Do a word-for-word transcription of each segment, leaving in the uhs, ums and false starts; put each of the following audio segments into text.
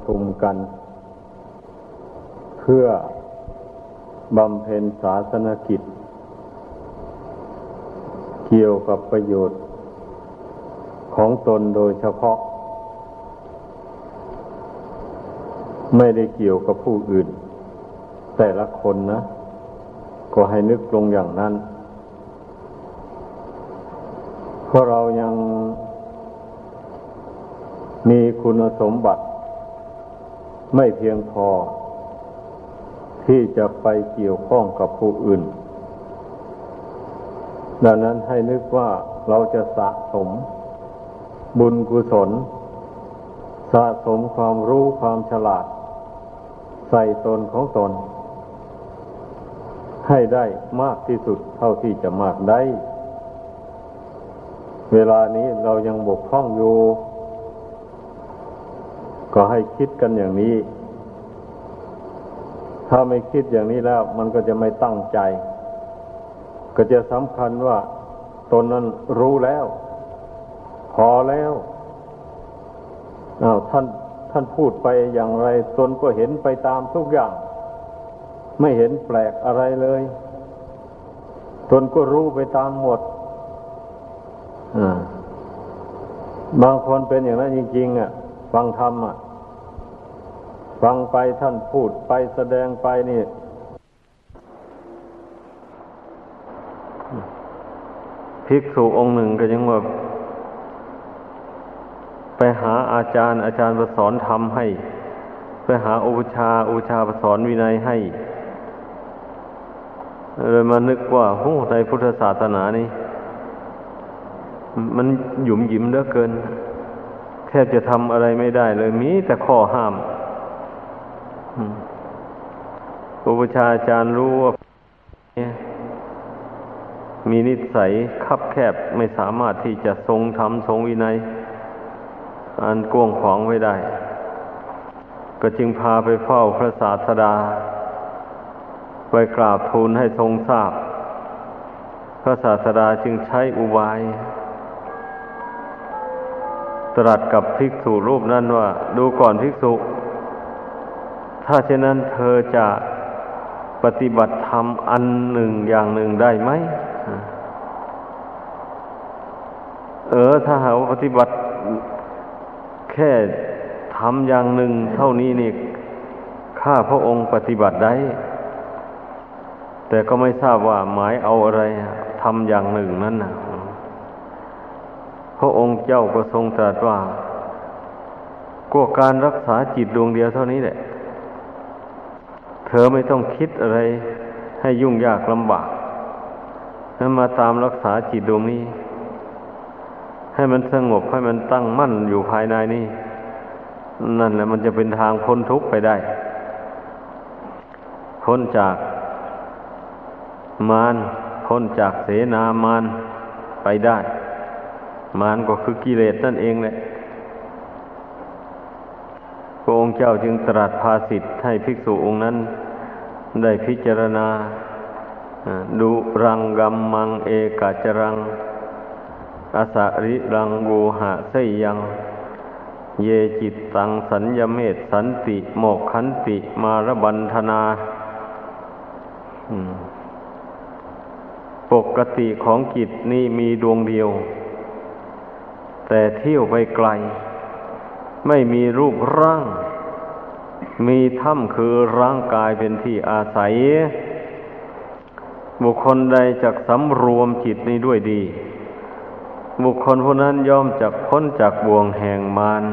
ชุมกันเพื่อบำเพ็ญศาสนกิจเกี่ยวกับประโยชน์ของตนโดยเฉพาะไม่ได้เกี่ยวกับผู้อื่นแต่ละคนนะก็ให้นึกลงอย่างนั้นเพราะเรายังมีคุณสมบัติไม่เพียงพอที่จะไปเกี่ยวข้องกับผู้อื่นดังนั้นให้นึกว่าเราจะสะสมบุญกุศลสะสมความรู้ความฉลาดใส่ตนของตนให้ได้มากที่สุดเท่าที่จะมากได้เวลานี้เรายังบกพร่องอยู่ก็ให้คิดกันอย่างนี้ถ้าไม่คิดอย่างนี้แล้วมันก็จะไม่ตั้งใจก็จะสำคัญว่าตนนั้นรู้แล้วพอแล้วอ้าวท่านท่านพูดไปอย่างไรตนก็เห็นไปตามทุกอย่างไม่เห็นแปลกอะไรเลยตนก็รู้ไปตามหมดอ่าบางคนเป็นอย่างนั้นจริงๆอ่ะฟังธรรมอ่ะฟังไปท่านพูดไปแสดงไปนี่ภิกษุองค์หนึ่งก็ยังว่าไปหาอาจารย์อาจารย์ประสอนธรรมให้ไปหาอุปชาอุปชาประสอนวินัยให้เลยมานึกว่าโอ้ในพุทธศาสนานี่มันหยุมหยิมเหลือเกินแทบจะทำอะไรไม่ได้เลยมีแต่ข้อห้ามอุปชาอาจารย์รู้ว่ามีนิสัยคับแคบไม่สามารถที่จะทรงธรรมทรงวินัยอันกว้างขวางไว้ได้ก็จึงพาไปเฝ้าพระศาสดาไปกราบทูลให้ทรงทราบพระศาสดาจึงใช้อุบายตรัสกับภิกษุรูปนั้นว่าดูก่อนภิกษุถ้าเช่นนั้นเธอจะปฏิบัติธรรมอันหนึ่งอย่างหนึ่งได้ไหมเออถ้าหากปฏิบัติแค่ทำอย่างหนึ่งเท่านี้นี่ข้าพระองค์ปฏิบัติได้แต่ก็ไม่ทราบว่าหมายเอาอะไรทำอย่างหนึ่งนั้นนะพระองค์เจ้าก็ทรงตรัสว่าก็การรักษาจิตดวงเดียวเท่านี้แหละเธอไม่ต้องคิดอะไรให้ยุ่งยากลำบากให้มาตามรักษาจิตดวงนี้ให้มันสงบให้มันตั้งมั่นอยู่ภายในนี่นั่นแหละมันจะเป็นทางพ้นทุกข์ไปได้พ้นจากมารพ้นจากเสนามารไปได้มารก็คือกิเลสนั่นเองแหละพระองค์เจ้าจึงตรัสภาสิทธิ์ให้ภิกษุองค์นั้นได้พิจารณาดุรังกัมมังเอกจรังอสริรังโวหะไสยังเยจิตตังสัญญเมตสันติโมกขันติมารบันธนาปกติของจิตนี่มีดวงเดียวแต่เที่ยวไปไกลไม่มีรูปร่างมีถ้ำคือร่างกายเป็นที่อาศัยบุคคลใดจักสำรวมจิตนี้ด้วยดีบุคคลผู้นั้นย่อมจักพ้นจากบ่วงแห่งมาร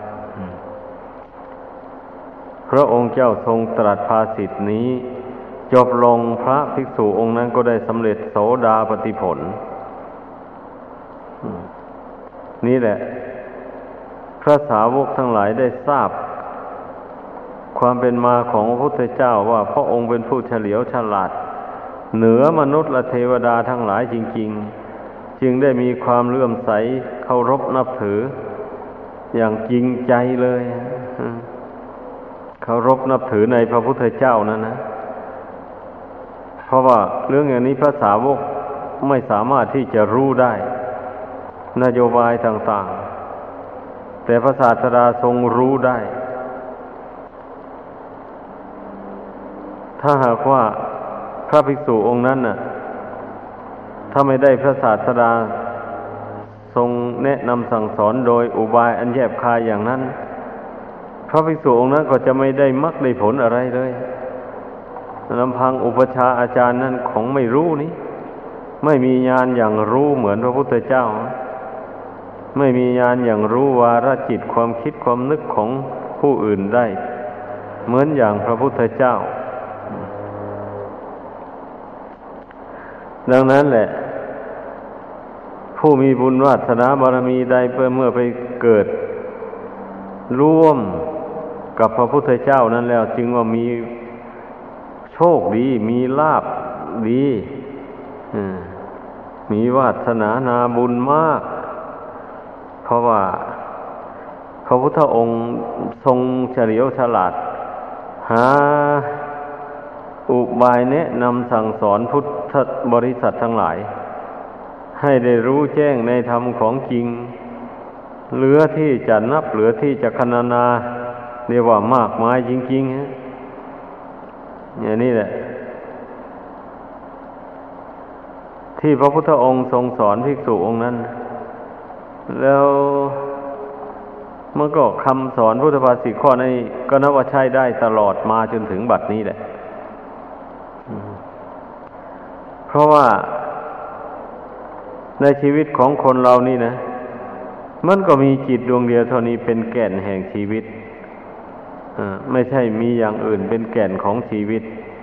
พระองค์เจ้าทรงตรัสภาสิทธินี้จบลงพระภิกษุองค์นั้นก็ได้สำเร็จโสดาปัตติผลนี่แหละพระสาวกทั้งหลายได้ทราบความเป็นมาของพระพุทธเจ้าว่าพระองค์เป็นผู้เฉลียวฉลาดเหนือมนุษย์และเทวดาทั้งหลายจริงๆจึงได้มีความเลื่อมใสเคารพนับถืออย่างจริงใจเลยเคารพนับถือในพระพุทธเจ้านั้นนะเพราะว่าเรื่องอย่างนี้พระสาวกไม่สามารถที่จะรู้ได้นโยบายต่างๆแต่พระศาสดาทรงรู้ได้ถ้าหากว่าพระภิกษุองค์นั้นน่ะถ้าไม่ได้พระศาสดาทรงแนะนำสั่งสอนโดยอุบายอันแยบคายอย่างนั้นพระภิกษุองค์นั้นก็จะไม่ได้มรรคได้ผลอะไรเลยลำพังอุปชฌาย์อาจารย์นั้นของไม่รู้นี่ไม่มีญาณอย่างรู้เหมือนพระพุทธเจ้าไม่มีญาณอย่างรู้วาระจิตความคิดความนึกของผู้อื่นได้เหมือนอย่างพระพุทธเจ้าดังนั้นแหละผู้มีบุญวาสนาบารมีใดเมื่อไปเกิดร่วมกับพระพุทธเจ้านั้นแล้วจึงว่ามีโชคดีมีลาภดีมีวาสนานาบุญมากเพราะว่าพระพุทธองค์ทรงเฉลียวฉลาดหาอุบายแนะนำสั่งสอนพุทธบริษัททั้งหลายให้ได้รู้แจ้งในธรรมของจริงเหลือที่จะนับเหลือที่จะครรณนาเรียกว่ามากมายจริงๆฮะอย่างนี้แหละที่พระพุทธองค์ทรงสอนภิกษุองค์นั้นแล้วมันก็คำสอนพุทธภาษิตข้อนี้ก็นับว่าใช้ได้ตลอดมาจนถึงบัดนี้แหละเพราะว่าในชีวิตของคนเรานี่นะมันก็มีจิตดวงเดียวเท่านี้เป็นแก่นแห่งชีวิตไม่ใช่มีอย่างอื่นเป็นแก่นของชีวิต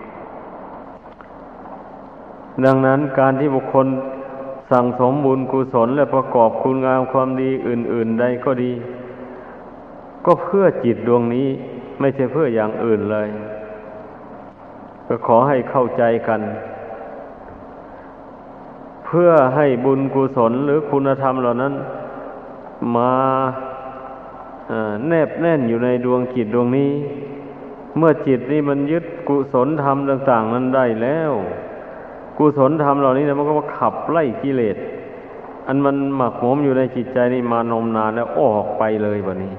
ดังนั้นการที่บุคคลสั่งสมบุญกุศลและประกอบคุณงามความดีอื่นๆใดก็ดีก็เพื่อจิตดวงนี้ไม่ใช่เพื่ออย่างอื่นเลยก็ขอให้เข้าใจกันเพื่อให้บุญกุศลหรือคุณธรรมเหล่านั้นมาแนบแน่นอยู่ในดวงจิตดวงนี้เมื่อจิตนี้มันยึดกุศลธรรมต่างๆนั้นได้แล้วกุศลธรรมเหล่านี้นะมันก็ขับไล่กิเลสอันมันหมักหมมอยู่ในจิตใจนี่มานมนานแล้วออกไปเลยบัดนี้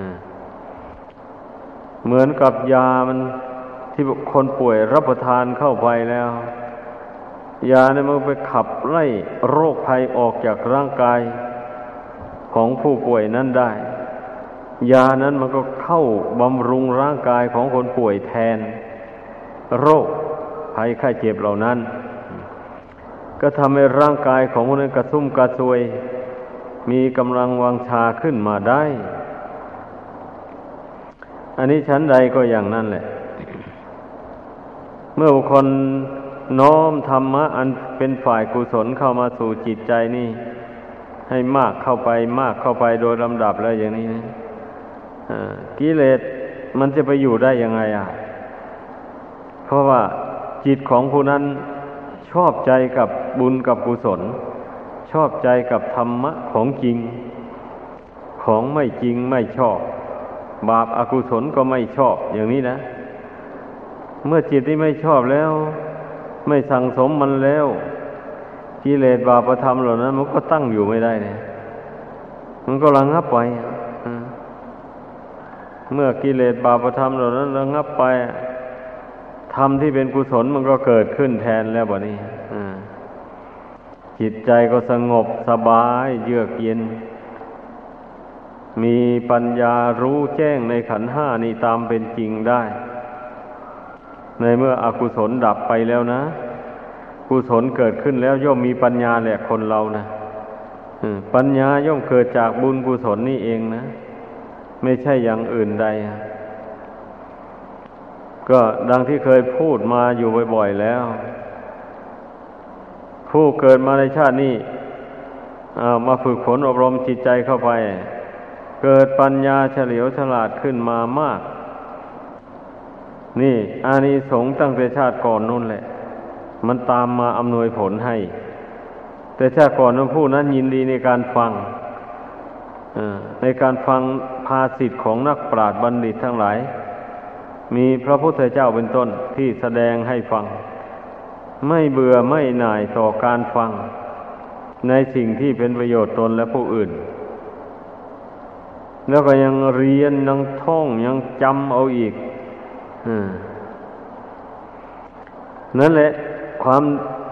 เหมือนกับยามันที่คนป่วยรับประทานเข้าไปแล้วยาเนี่ยมันไปขับไล่โรคภัยออกจากร่างกายของผู้ป่วยนั้นได้ยานั้นมันก็เข้าบำรุงร่างกายของคนป่วยแทนโรคภัยไข้เจ็บเหล่านั้นก็ทำให้ร่างกายของคนนั้นกระชุ่มกระชวยมีกำลังวังชาขึ้นมาได้อันนี้ชั้นใดก็อย่างนั้นแหละเมื่อบุคคลน้อมธรรมะอันเป็นฝ่ายกุศลเข้ามาสู่จิตใจนี่ให้มากเข้าไปมากเข้าไปโดยลำดับแล้วอย่างนี้นะกิเลสมันจะไปอยู่ได้ยังไงอ่ะเพราะว่าจิตของผู้นั้นชอบใจกับบุญกับกุศลชอบใจกับธรรมะของจริงของไม่จริงไม่ชอบบาปอกุศลก็ไม่ชอบอย่างนี้นะเมื่อจิตที่ไม่ชอบแล้วไม่สั่งสมมันแล้วกิเลสบาปธรรมเหล่านั้นมันก็ตั้งอยู่ไม่ได้เนี่ยมันก็ระงับไปเมื่อกิเลสบาปธรรมเหล่านั้นระงับไปธรรมที่เป็นกุศลมันก็เกิดขึ้นแทนแล้วบัดนี้จิตใจก็สงบสบายเยือกเย็นมีปัญญารู้แจ้งในขันธ์ห้านี้ตามเป็นจริงได้ในเมื่ออกุศลดับไปแล้วนะกุศลเกิดขึ้นแล้วย่อมมีปัญญาแหละคนเรานะปัญญาย่อมเกิดจากบุญกุศลนี่เองนะไม่ใช่อย่างอื่นใดก็ดังที่เคยพูดมาอยู่บ่อยๆแล้วผู้เกิดมาในชาตินี้มาฝึกฝนอบรมจิตใจเข้าไปเกิดปัญญาเฉลียวฉลาดขึ้นมามากนี่อานิสงส์ตั้งแต่ชาติก่อนนู่นแหละมันตามมาอำนวยผลให้แต่ชาติก่อนนั้นผู้นั้นยินดีในการฟังในการฟังภาษิตของนักปราชญ์บัณฑิตทั้งหลายมีพระพุทธเจ้าเป็นต้นที่แสดงให้ฟังไม่เบื่อไม่หน่ายต่อการฟังในสิ่งที่เป็นประโยชน์ตนและผู้อื่นแล้วก็ยังเรียนยังท่องยังจำเอาอีกนั่นแหละความ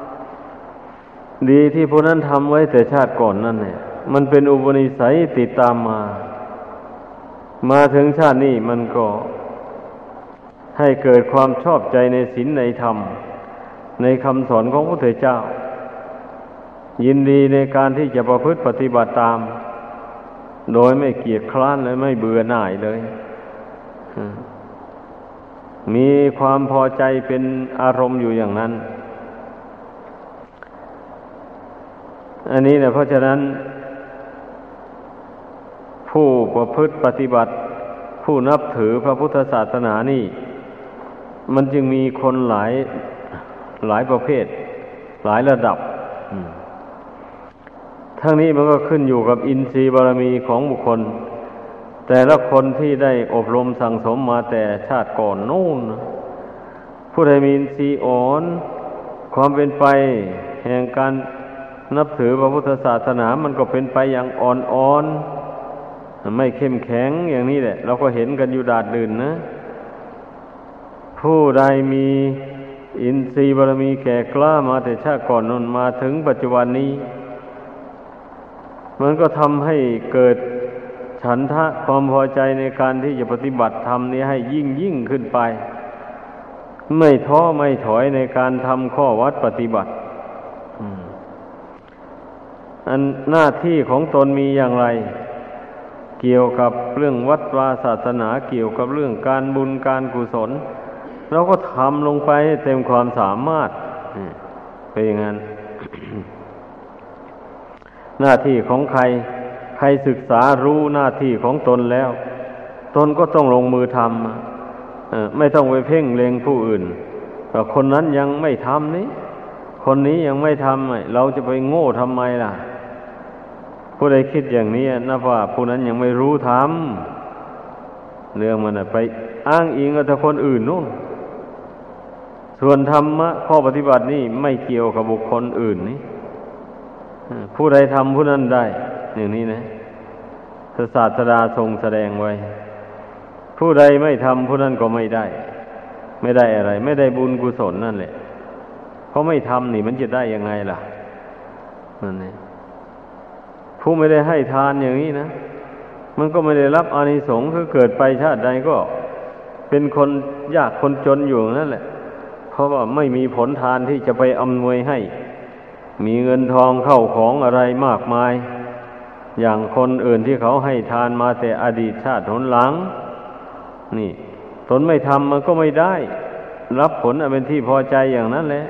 ดีที่ผู้นั้นทำไว้แต่ชาติก่อนนั่นเนี่ยมันเป็นอุปนิสัยติดตามมามาถึงชาตินี้มันก็ให้เกิดความชอบใจในศีลในธรรมในคำสอนของพระพุทธเจ้ายินดีในการที่จะประพฤติปฏิบัติตามโดยไม่เกียจคร้านและไม่เบื่อหน่ายเลยมีความพอใจเป็นอารมณ์อยู่อย่างนั้นอันนี้เนี่ยเพราะฉะนั้นผู้ประพฤติปฏิบัติผู้นับถือพระพุทธศาสนานี่มันจึงมีคนหลายหลายประเภทหลายระดับทั้งนี้มันก็ขึ้นอยู่กับอินทรีย์บารมีของบุคคลแต่ละคนที่ได้อบรมสั่งสมมาแต่ชาติก่อนนู่นผู้ใดมีอินทรีย์อ่อนความเป็นไปแห่งการนับถือพระพุทธศาสนามันก็เป็นไปอย่างอ่อนๆไม่เข้มแข็งอย่างนี้แหละเราก็เห็นกันอยู่ดาดดื่นนะผู้ใดมีอินทรีย์บารมีแก่กล้ามาแต่ชาติก่อนนั้นมาถึงปัจจุบันนี้มันก็ทำให้เกิดฉันทะความพอใจในการที่จะปฏิบัติธรรมนี้ให้ยิ่งยิ่งขึ้นไปไม่ท้อไม่ถอยในการทำข้อวัดปฏิบัติอันหน้าที่ของตนมีอย่างไรเกี่ยวกับเรื่องวัดวาศาสนาเกี่ยวกับเรื่องการบุญการกุศลเราก็ทำลงไปเต็มความสามารถเป็นอย่างนั้น หน้าที่ของใครใครศึกษารู้หน้าที่ของตนแล้วตนก็ต้องลงมือทำไม่ต้องไปเพ่งเล็งผู้อื่นแต่คนนั้นยังไม่ทำนี้คนนี้ยังไม่ทำเราจะไปโง่ทำไมล่ะผู้ใดคิดอย่างนี้นับว่าผู้นั้นยังไม่รู้ทำเรื่องมันไปอ้างอิงกับคนอื่นนู่นส่วนธรรมะข้อปฏิบัตินี่ไม่เกี่ยวกับบุคคลอื่นนี่ผู้ใดทำผู้นั้นได้อย่างนี้นะศาสดาทรงแสดงไว้ผู้ใดไม่ทำผู้นั้นก็ไม่ได้ไม่ได้อะไรไม่ได้บุญกุศลนั่นแหละเพราะไม่ทำนี่มันจะได้ยังไงล่ะนั่นเองผู้ไม่ได้ให้ทานอย่างนี้นะมันก็ไม่ได้รับอานิสงส์คือเกิดไปชาติใดก็เป็นคนยากคนจนอยู่นั่นแหละเพราะว่าไม่มีผลทานที่จะไปอำนวยให้มีเงินทองเข้าของอะไรมากมายอย่างคนอื่นที่เขาให้ทานมาแต่อดีตชาติหนหลังนี่ตนไม่ทำมันก็ไม่ได้รับผลอันเป็นที่พอใจอย่างนั้นแหละ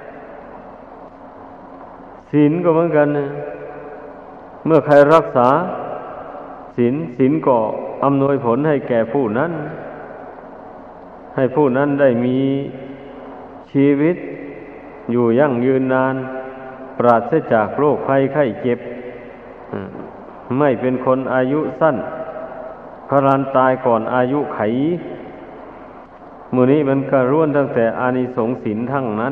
ศีลก็เหมือนกันนะเมื่อใครรักษาศีลศีลก็อำนวยผลให้แก่ผู้นั้นให้ผู้นั้นได้มีชีวิตอยู่ยั่งยืนนานปราศจากโรคภัยไข้เจ็บไม่เป็นคนอายุสั้นพลันตายก่อนอายุไขมื้อนี้มันก็ร่วนตั้งแต่อานิสงส์ศีลทั้งนั้น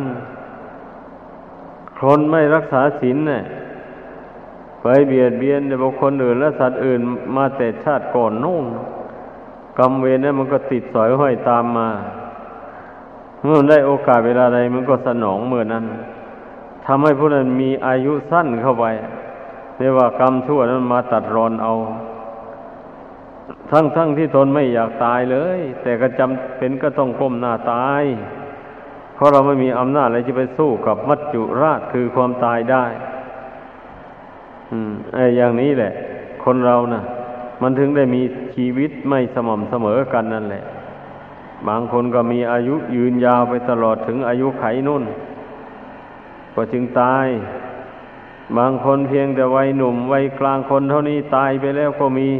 คนไม่รักษาศีลเนี่ยไปเบียดเบียนบุคคลอื่นและสัตว์อื่นมาแต่ชาติก่อนนู่นกรรมเวรนั้นมันก็ติดสอยห้อยตามมาเมื่อได้โอกาสเวลาใดมันก็สนองเมื่อนั้นทำให้ผู้นั้นมีอายุสั้นเข้าไปเรียกว่ากรรมชั่วนั้นมาตัดรอนเอาทั้งๆ ท, ที่ตนไม่อยากตายเลยแต่ก็จำเป็นก็ต้องก้มหน้าตายเพราะเราไม่มีอำนาจอะไรจะไปสู้กับมัจจุราชคือความตายได้อืมไอ้อย่างนี้แหละคนเรานะมันถึงได้มีชีวิตไม่สม่ำเสมอกันนั่นแหละบางคนก็มีอายุยืนยาวไปตลอดถึงอายุไขนู่นก็จึงตายบางคนเพียงแต่วัยหนุ่มวัยกลางคนเท่านี้ตายไปแล้วก็มี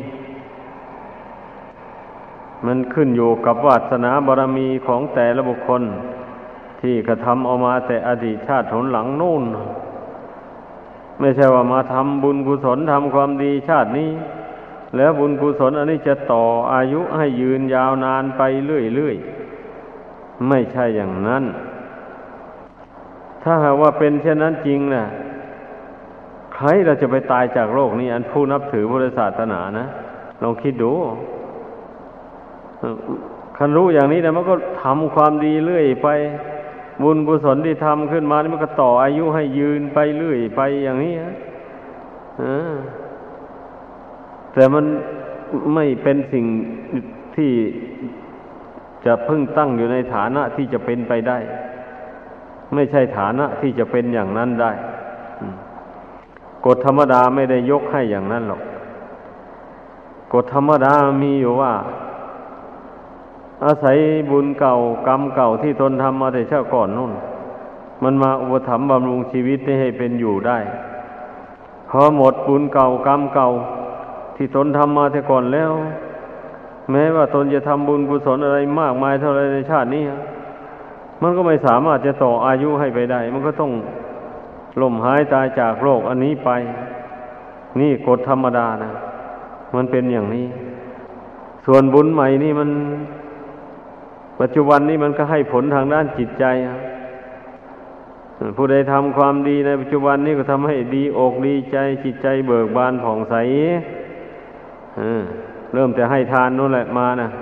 มันขึ้นอยู่กับวาสนาบารมีของแต่ละบุคคลที่กระทำเอามาแต่อดีตชาติหนหลังนู่นไม่ใช่ว่ามาทำบุญกุศลทำความดีชาตินี้แล้วบุญกุศลอันนี้จะต่ออายุให้ยืนยาวนานไปเรื่อยๆไม่ใช่อย่างนั้นถ้าหากว่าเป็นเช่นนั้นจริงนะใครเราจะไปตายจากโลกนี้อันผู้นับถือพุทธศาสนานะลองคิดดูคันรู้อย่างนี้นะมันก็ทำความดีเรื่อยไปบุญกุศลที่ทำขึ้นมานี่มันก็ต่ออายุให้ยืนไปเรื่อยไปอย่างนี้แต่มันไม่เป็นสิ่งที่จะพึ่งตั้งอยู่ในฐานะที่จะเป็นไปได้ไม่ใช่ฐานะที่จะเป็นอย่างนั้นได้กฎธรรมดาไม่ได้ยกให้อย่างนั้นหรอกกฎธรรมดามีอยู่ว่าอาศัยบุญเก่ากรรมเก่าที่ตนทำมาแต่ชาติก่อนนู่นมันมาอุปถัมภ์บำรุงชีวิตให้เป็นอยู่ได้พอหมดบุญเก่ากรรมเก่าที่ตนทำมาแต่ก่อนแล้วแม้ว่าตนจะทำบุญกุศลอะไรมากมายเท่าไรในชาตินี้มันก็ไม่สามารถจะต่ออายุให้ไปได้มันก็ต้องล่มหายตายจากโลกอันนี้ไปนี่กฎธรรมดานะมันเป็นอย่างนี้ส่วนบุญใหม่นี่มันปัจจุบันนี้มันก็ให้ผลทางด้านจิตใจผู้ใดทำความดีในปัจจุบันนี้ก็ทำให้ดีอกดีใจจิตใจเบิกบานผ่องใสเริ่มจะให้ทานนู่นแหละมานะ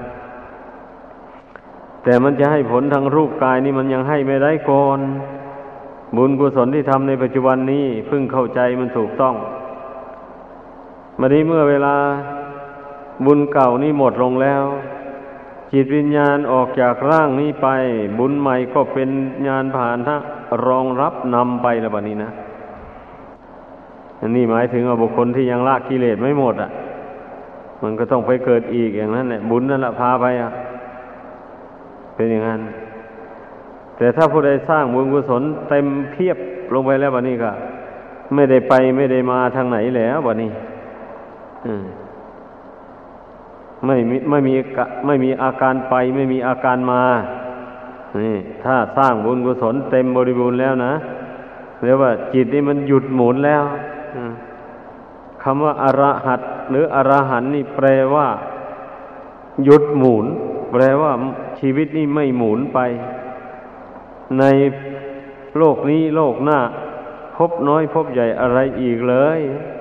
แต่มันจะให้ผลทางรูปกายนี่มันยังให้ไม่ได้ก่อนบุญกุศลที่ทำในปัจจุบันนี้เพิ่งเข้าใจมันถูกต้องบัดนี้เมื่อเวลาบุญเก่านี่หมดลงแล้วจิตวิญญาณออกจากร่างนี้ไปบุญใหม่ก็เป็นญาณผ่านทะรองรับนำไปแล้วบัดนี้นะอันนี้หมายถึงว่าบุคคลที่ยังละกิเลสไม่หมดอ่ะมันก็ต้องไปเกิดอีกอย่างนั้นแหละบุญนั่นแหละพาไปอ่ะเป็นอย่างนั้นแต่ถ้าผู้ใดสร้างบุญกุศลเต็มเพียบลงไปแล้วบัดนี้ก็ไม่ได้ไปไม่ได้มาทางไหนแล้วบัดนี้อืมไม่มีไม่มีไม่มีอาการไปไม่มีอาการมานี่ถ้าสร้างบุญกุศลเต็มบริบูรณ์แล้วนะเรียกว่าจิตนี่มันหยุดหมุนแล้วคำว่าอรหัตหรืออรหันต์นี่แปลว่าหยุดหมุนแปลว่าชีวิตนี่ไม่หมุนไปในโลกนี้โลกหน้าพบน้อยพบใหญ่อะไรอีกเลย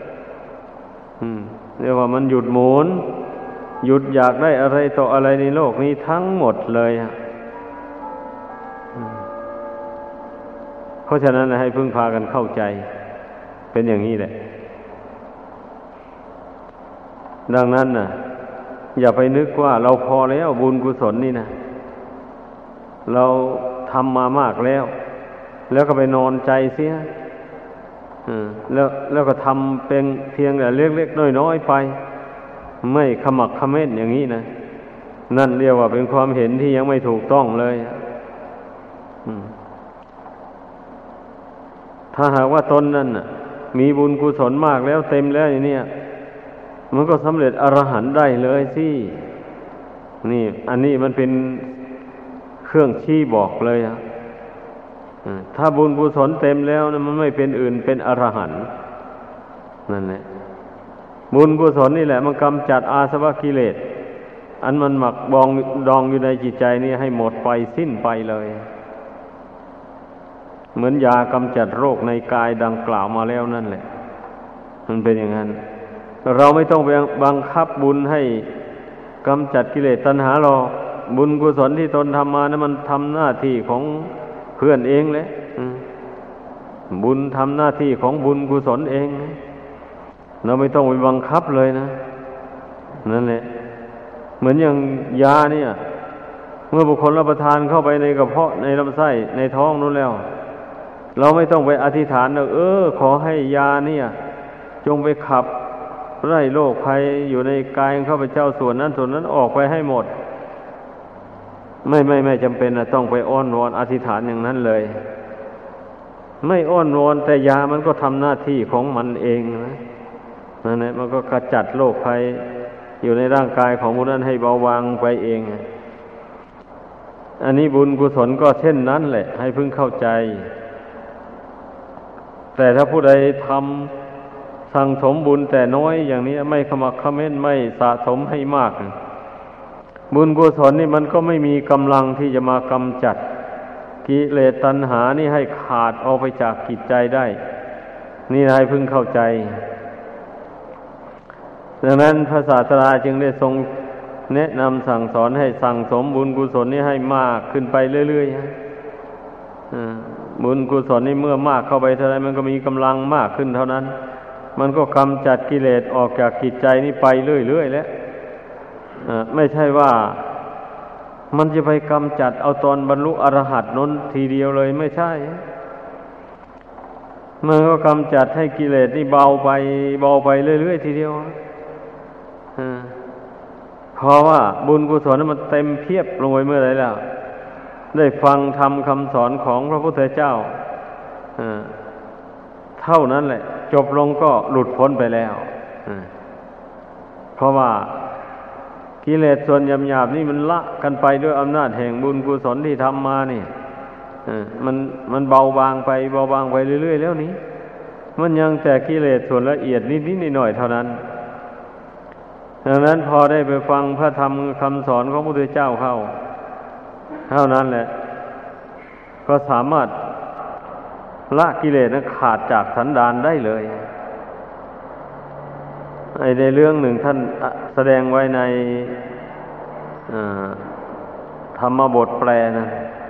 เรียกว่ามันหยุดหมุนหยุดอยากได้อะไรต่ออะไรในโลกนี้ทั้งหมดเลยเพราะฉะนั้นให้พึ่งพากันเข้าใจเป็นอย่างนี้แหละดังนั้นน่ะอย่าไปนึกว่าเราพอแล้วบุญกุศลนี่นะเราทำมามากแล้วแล้วก็ไปนอนใจเสียแล้วแล้วก็ทำเป็นเพียงแต่เล็กๆน้อยๆไปไม่ขมักเขม้นอย่างนี้นะนั่นเรียกว่าเป็นความเห็นที่ยังไม่ถูกต้องเลยถ้าหากว่าตนนั้นน่ะมีบุญกุศลมากแล้วเต็มแล้วอย่างนี้มันก็สำเร็จอรหันต์ได้เลยสินี่อันนี้มันเป็นเครื่องชี้บอกเลยอ่ะถ้าบุญกุศลเต็มแล้วนะมันไม่เป็นอื่นเป็นอรหันต์นั่นแหละบุญกุศลนี่แหละมันกำจัดอาสวะกิเลสอันมันหมักบองดองอยู่ในจิตใจนี่ให้หมดไปสิ้นไปเลยเหมือนยากำจัดโรคในกายดังกล่าวมาแล้วนั่นแหละมันเป็นอย่างนั้นเราไม่ต้องไปบังคับบุญให้กำจัดกิเลสตัณหาหรอกบุญกุศลที่ตนทำมานะมันทำหน้าที่ของเพื่อนเองแหละบุญทำหน้าที่ของบุญกุศลเองเราไม่ต้องไปบังคับเลยนะนั่นแหละเหมือนอย่างยาเนี่ยเมื่อบุคคลรับประทานเข้าไปในกระเพาะในลำไส้ในท้องนู้นแล้วเราไม่ต้องไปอธิษฐานว่าเออขอให้ยาเนี่ยจงไปขับไล่โรคภัยอยู่ในกายของข้าพเจ้าส่วนนั้นส่วนนั้นออกไปให้หมดไม่ไม่ไม่จำเป็นนะต้องไปอ้อนวอนอธิษฐานอย่างนั้นเลยไม่อ้อนวอนแต่ยามันก็ทำหน้าที่ของมันเองนะนั่นแหละมันก็กระจัดโรคภัยอยู่ในร่างกายของผู้นั้นให้เบาบางไปเองอันนี้บุญกุศลก็เช่นนั้นแหละให้พึงเข้าใจแต่ถ้าผู้ใดทำสั่งสมบุญแต่น้อยอย่างนี้ไม่ขมักเขม้นไม่สะสมให้มากบุญกุศลนี่มันก็ไม่มีกำลังที่จะมากำจัดกิเลสตัณหานี่ให้ขาดออกไปจากจิตใจได้นี่ให้พึงเข้าใจดังนั้นพระศาสดาจึงได้ทรงแนะนำสั่งสอนให้สั่งสมบุญกุศลนี้ให้มากขึ้นไปเรื่อยๆบุญกุศลนี่เมื่อมากเข้าไปเท่าไรมันก็มีกำลังมากขึ้นเท่านั้นมันก็กำจัดกิเลสออกจากจิตใจนี้ไปเรื่อยๆแล้วไม่ใช่ว่ามันจะไปกำจัดเอาตอนบรรลุอรหัตนั้นทีเดียวเลยไม่ใช่มันก็กำจัดให้กิเลสนี่เบาไปเบาไปเรื่อยๆทีเดียวเพราะว่าบุญกุศลนั้นมันเต็มเพียบลงไปเมื่อไหร่แล้วได้ฟังธรรมคำสอนของพระพุทธเจ้าเท่านั้นแหละจบลงก็หลุดพ้นไปแล้วเพราะว่ากิเลสส่วนหยาบๆนี่มันละกันไปด้วยอำนาจแห่งบุญกุศลที่ทำมานี่มันมันเบาบางไปเบาบางไปเรื่อยๆแล้วนี้มันยังแต่กิเลสส่วนละเอียดนิดๆหน่อยๆเท่านั้นดังนั้นพอได้ไปฟังพระธรรมคำสอนของพระพุทธเจ้าเข้าเท่านั้นแหละก็สามารถละกิเลสนั้นขาดจากสันดานได้เลยไอ้ในเรื่องหนึ่งท่านแสดงไว้ในธรรมบทแปลนะ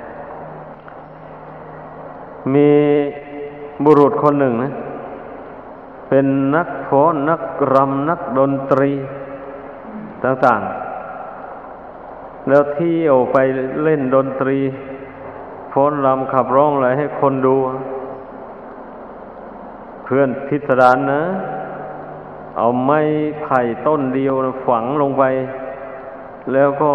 มีบุรุษคนหนึ่งนะเป็นนักฟ้อนนักรำนักดนตรีต่างๆแล้วเที่ยวไปเล่นดนตรีฟ้อนรำขับร้องอะไรให้คนดูเพื่อนพิสดารนะเอาไม้ไผ่ต้นเดียวฝังลงไปแล้วก็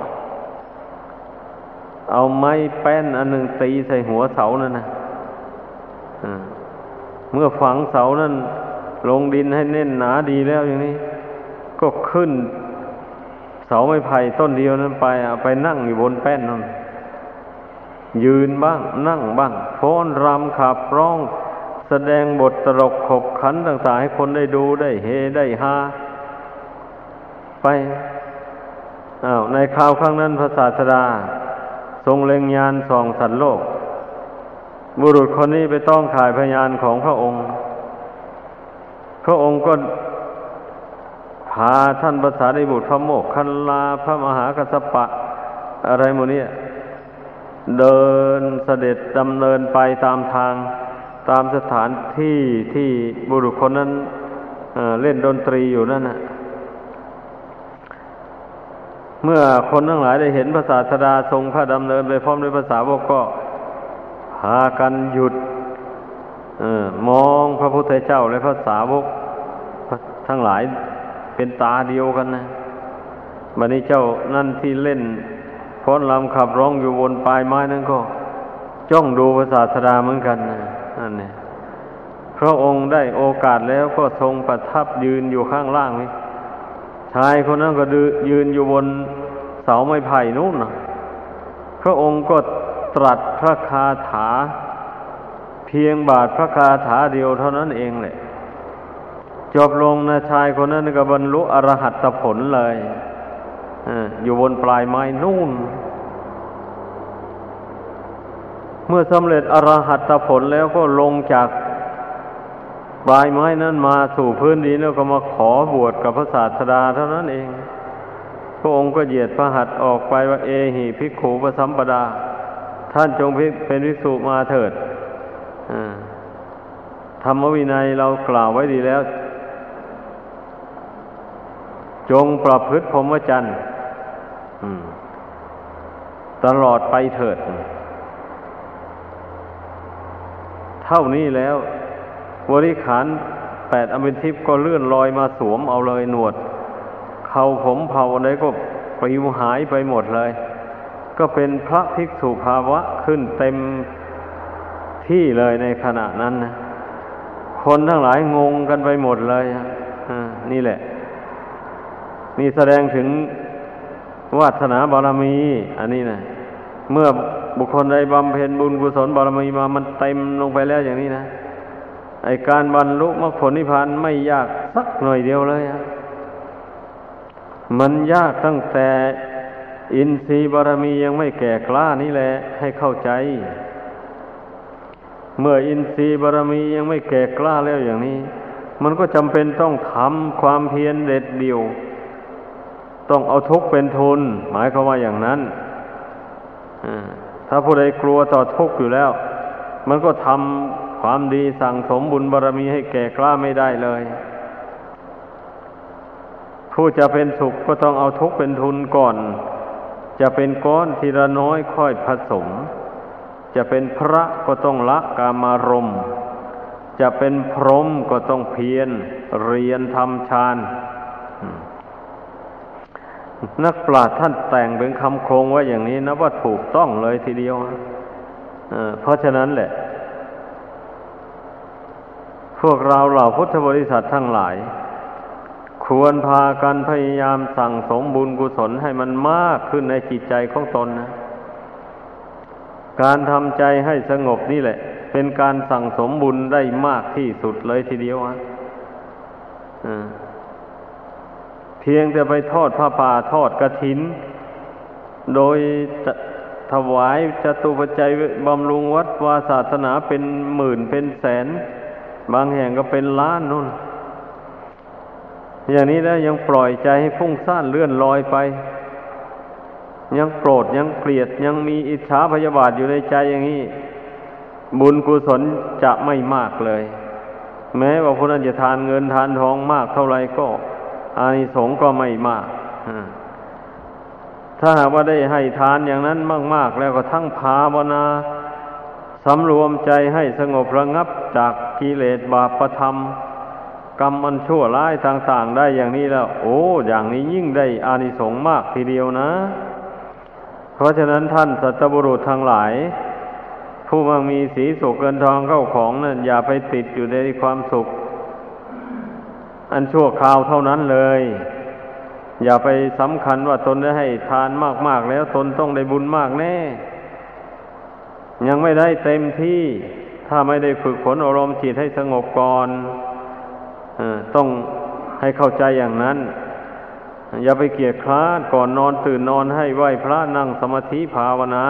เอาไม้แป้นอันหนึ่งตีใส่หัวเสานั่นนะเมื่อฝังเสานั้นลงดินให้แน่นหนาดีแล้วอย่างนี้ก็ขึ้นเสาไม้ไผ่ต้นเดียวนั้นไปเอาไปนั่งอยู่บนแป้นนั่นยืนบ้างนั่งบ้างฟ้อนรำขับร้องแสดงบทตลกขบขันต่างๆให้คนได้ดูได้เฮได้ฮาไปอ้าวในคราวครั้งนั้นพระศาสดาทรงเล็งญาณส่องสัตว์โลกบุรุษคนนี้ไปต้องข่ายพยานของพระองค์พระองค์ก็พาท่านพระสารีบุตรพระโมคคัลลาพระมหากัสสปะอะไรหมดนี้เดินเสด็จดำเนินไปตามทางตามสถานที่ที่บุรุษคนนั้น เอ่อ เล่นดนตรีอยู่นั่นน่ะเมื่อคนทั้งหลายได้เห็นพระศาสดาทรงพระดำเนินไปพร้อมด้วยภาษาวกก็พากันหยุดเออมองพระพุทธเจ้าและพระสาวกทั้งหลายเป็นตาเดียวกันนะบัดนี้เจ้านั่นที่เล่นฟ้อนรำขับร้องอยู่บนปลายไม้นั่นก็จ้องดูพระศาสดาเหมือนกันนะนั่นเนี่ยพระองค์ได้โอกาสแล้วก็ทรงประทับยืนอยู่ข้างล่างนี่ชายคนนั้นก็ยืนอยู่บนเสาไม้ไผ่นู่นนะพระองค์ก็ตรัสพระคาถาเพียงบาทพระคาถาเดียวเท่านั้นเองแหละจบลงนะชายคนนั้นก็บรรลุอรหัตผลเลยอยู่บนปลายไม้นู่นเมื่อสำเร็จอรหัตผลแล้วก็ลงจากปลายไม้นั้นมาสู่พื้นดินแล้วก็มาขอบวชกับพระศาสดาเท่านั้นเองพระองค์ก็เหยียดพระหัตถ์ออกไปว่าเอหิภิกขุปสัมปดาท่านจงเป็นภิกษุมาเถิดธรรมวินัยเรากล่าวไว้ดีแล้วจงประพฤติพรหมจรรย์ตลอดไปเถิดเท่านี้แล้วบริขารแปดอมฤตทิพย์ก็เลื่อนลอยมาสวมเอาเลยหนวดเขาผมเผาอะไรก็ปลิวหายไปหมดเลยก็เป็นพระภิกษุภาวะขึ้นเต็มที่เลยในขณะนั้นนะคนทั้งหลายงงกันไปหมดเลยอ่านี่แหละนี่แสดงถึงวาสนาบารมีอันนี้นะเมื่อบุคคลใดบำเพ็ญบุญกุศลบารมีมามันเต็มลงไปแล้วอย่างนี้นะไอ้การบรรลุมรรคผลนิพพานไม่ยากสักหน่อยเดียวเลยอ่ะมันยากตั้งแต่อินทรีย์บารมียังไม่แก่กล้านี่แหละให้เข้าใจเมื่ออินทรีย์บารมียังไม่แก่กล้าแล้วอย่างนี้มันก็จำเป็นต้องทำความเพียรเด็ดเดี่ยวต้องเอาทุกข์เป็นทุนหมายความว่าอย่างนั้นทถ้าผู้ใดกลัวต่อทุกข์อยู่แล้วมันก็ทำความดีสั่งสมบุญบารมีให้แก่กล้าไม่ได้เลยผู้จะเป็นสุขก็ต้องเอาทุกข์เป็นทุนก่อนจะเป็นก้อนทีละน้อยค่อยผสมจะเป็นพระก็ต้องละกามารมณ์จะเป็นพรหมก็ต้องเพียรเรียนทำฌานนักปราชญ์ท่านแต่งเป็นคำโครงไว้อย่างนี้นะว่าถูกต้องเลยทีเดียวเ, เพราะฉะนั้นแหละพวกเราเหล่าพุทธบริษัททั้งหลายควรพากันพยายามสั่งสมบุญกุศลให้มันมากขึ้นในจิตใจของตนนะการทำใจให้สงบนี่แหละเป็นการสั่งสมบุญได้มากที่สุดเลยทีเดียวอ่ะเพียงแต่ไปทอดผ้าป่าทอดกฐินโดยถวายจตุปัจจัยบำรุงวัดวาศาสนาเป็นหมื่นเป็นแสนบางแห่งก็เป็นล้านนู่นอย่างนี้แล้วยังปล่อยใจให้ฟุ้งซ่านเลื่อนลอยไปยังโกรธยังเกลียดยังมีอิจฉาพยาบาทอยู่ในใจอย่างนี้บุญกุศลจะไม่มากเลยแม้ว่าผู้นั้นจะทานเงินทานทองมากเท่าไรก็อานิสงส์ก็ไม่มากถ้าหากว่าได้ให้ทานอย่างนั้นมากๆแล้วก็ทั้งภาวนาสำรวมใจให้สงบระงับจากกิเลสบาปธรรมกรรมอันชั่วร้ายต่างๆได้อย่างนี้แล้วโอ้อย่างนี้ยิ่งได้อานิสงส์มากทีเดียวนะเพราะฉะนั้นท่านสัตบุรุษทั้งหลายผู้มั่งมีสีสุขเงินทองเข้าของนั่นอย่าไปติดอยู่ในความสุขอันชั่วคราวเท่านั้นเลยอย่าไปสำคัญว่าตนได้ให้ทานมากๆแล้วตนต้องได้บุญมากแน่ยังไม่ได้เต็มที่ถ้าไม่ได้ฝึกฝนอารมณ์จิตให้สงบก่อนต้องให้เข้าใจอย่างนั้นอย่าไปเกียจคร้านก่อนนอนตื่นนอนให้ไหว้พระนั่งสมาธิภาวนา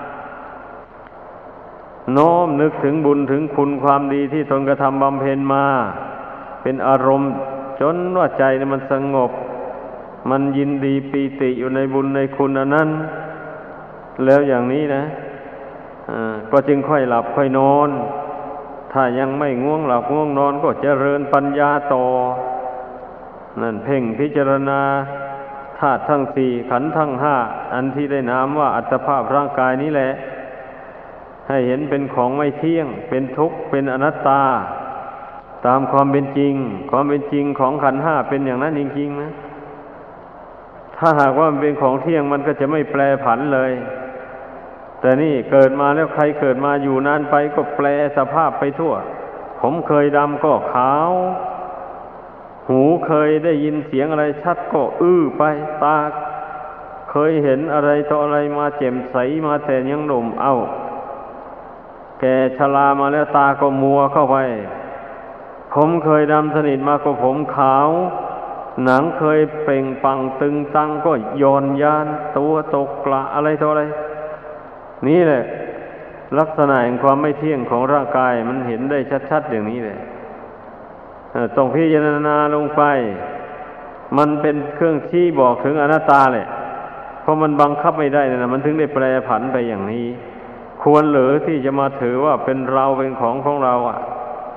โน้มนึกถึงบุญถึงคุณความดีที่ตนกระทำบำเพ็ญมาเป็นอารมณ์จนว่าใจเนี่ยมันสงบมันยินดีปีติอยู่ในบุญในคุณอันนั้นแล้วอย่างนี้นะก็จึงค่อยหลับค่อยนอนถ้ายังไม่ง่วงหลับง่วงนอนก็เจริญปัญญาต่อนั่นเพ่งพิจารณาธาตุทั้งสี่ขันธ์ทั้งห้าอันที่ได้นามว่าอัตภาพร่างกายนี้แหละให้เห็นเป็นของไม่เที่ยงเป็นทุกข์เป็นอนัตตาตามความเป็นจริงความเป็นจริงของขันธ์ห้าเป็นอย่างนั้นจริงๆนะถ้าหากว่ามันเป็นของเที่ยงมันก็จะไม่แปรผันเลยแต่นี่เกิดมาแล้วใครเกิดมาอยู่นานไปก็แปรสภาพไปทั่วผมเคยดำก็ขาวหูเคยได้ยินเสียงอะไรชัดก็อื้อไปตาเคยเห็นอะไรต่ออะไรมาแจ่มใสมาแต่ยังหนุ่มเอ้าแก่ชรามาแล้วตาก็มัวเข้าไปผมเคยดำสนิทมาก็ผมขาวหนังเคยเปล่งปลั่งตึงตังก็ย่อนยานตัวตกกระอะไรต่ออะไรนี่แหละลักษณะแห่งความไม่เที่ยงของร่างกายมันเห็นได้ชัดๆอย่างนี้เลยต้องพิจารณาลงไปมันเป็นเครื่องชี้บอกถึงอนัตตาเลยเพราะมันบังคับไม่ได้นะมันถึงได้แปรผันไปอย่างนี้ควรหรือที่จะมาถือว่าเป็นเราเป็นของของเราอ่ะ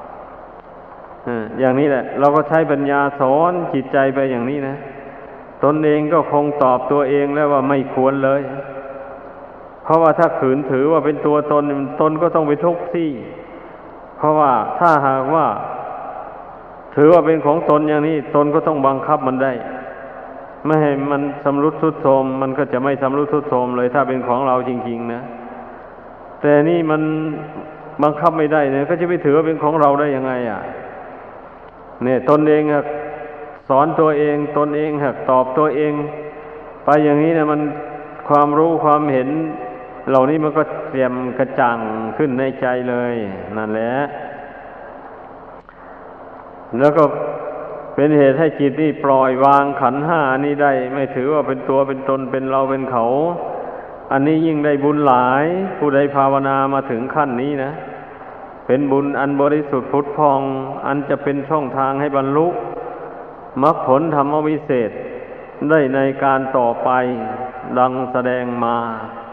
อย่างนี้แหละเราก็ใช้ปัญญาสอนจิตใจไปอย่างนี้นะตนเองก็คงตอบตัวเองแล้วว่าไม่ควรเลยเพราะว่าถ้าขืนถือว่าเป็นตัวตนตนก็ต้องไปทุกข์ที่เพราะว่าถ้าหากว่าถือว่าเป็นของตนอย่างนี้ตนก็ต้องบังคับมันได้ไม่ให้มันสำรุดทรุดโทรมมันก็จะไม่สำรุดทรุดโทรมเลยถ้าเป็นของเราจริงๆนะแต่นี่มันบังคับไม่ได้เนี่ยก็จะไปถือว่าเป็นของเราได้ยังไงอ่ะเนี่ยตนเองอะสอนตัวเองตนเองหักตอบตัวเองไปอย่างนี้เนี่ยมันความรู้ความเห็นเหล่านี้มันก็เตรียมกระจ่างขึ้นในใจเลยนั่นแหละแล้วก็เป็นเหตุให้จิตนี่ปล่อยวางขันธ์ห้านี้ได้ไม่ถือว่าเป็นตัวเป็นตนเป็นเราเป็นเขาอันนี้ยิ่งได้บุญหลายผู้ใดภาวนามาถึงขั้นนี้นะเป็นบุญอันบริสุทธิ์ผุดพองอันจะเป็นช่องทางให้บรรลุมรรคผลธรรมวิเศษได้ในการต่อไปดังแสดงมา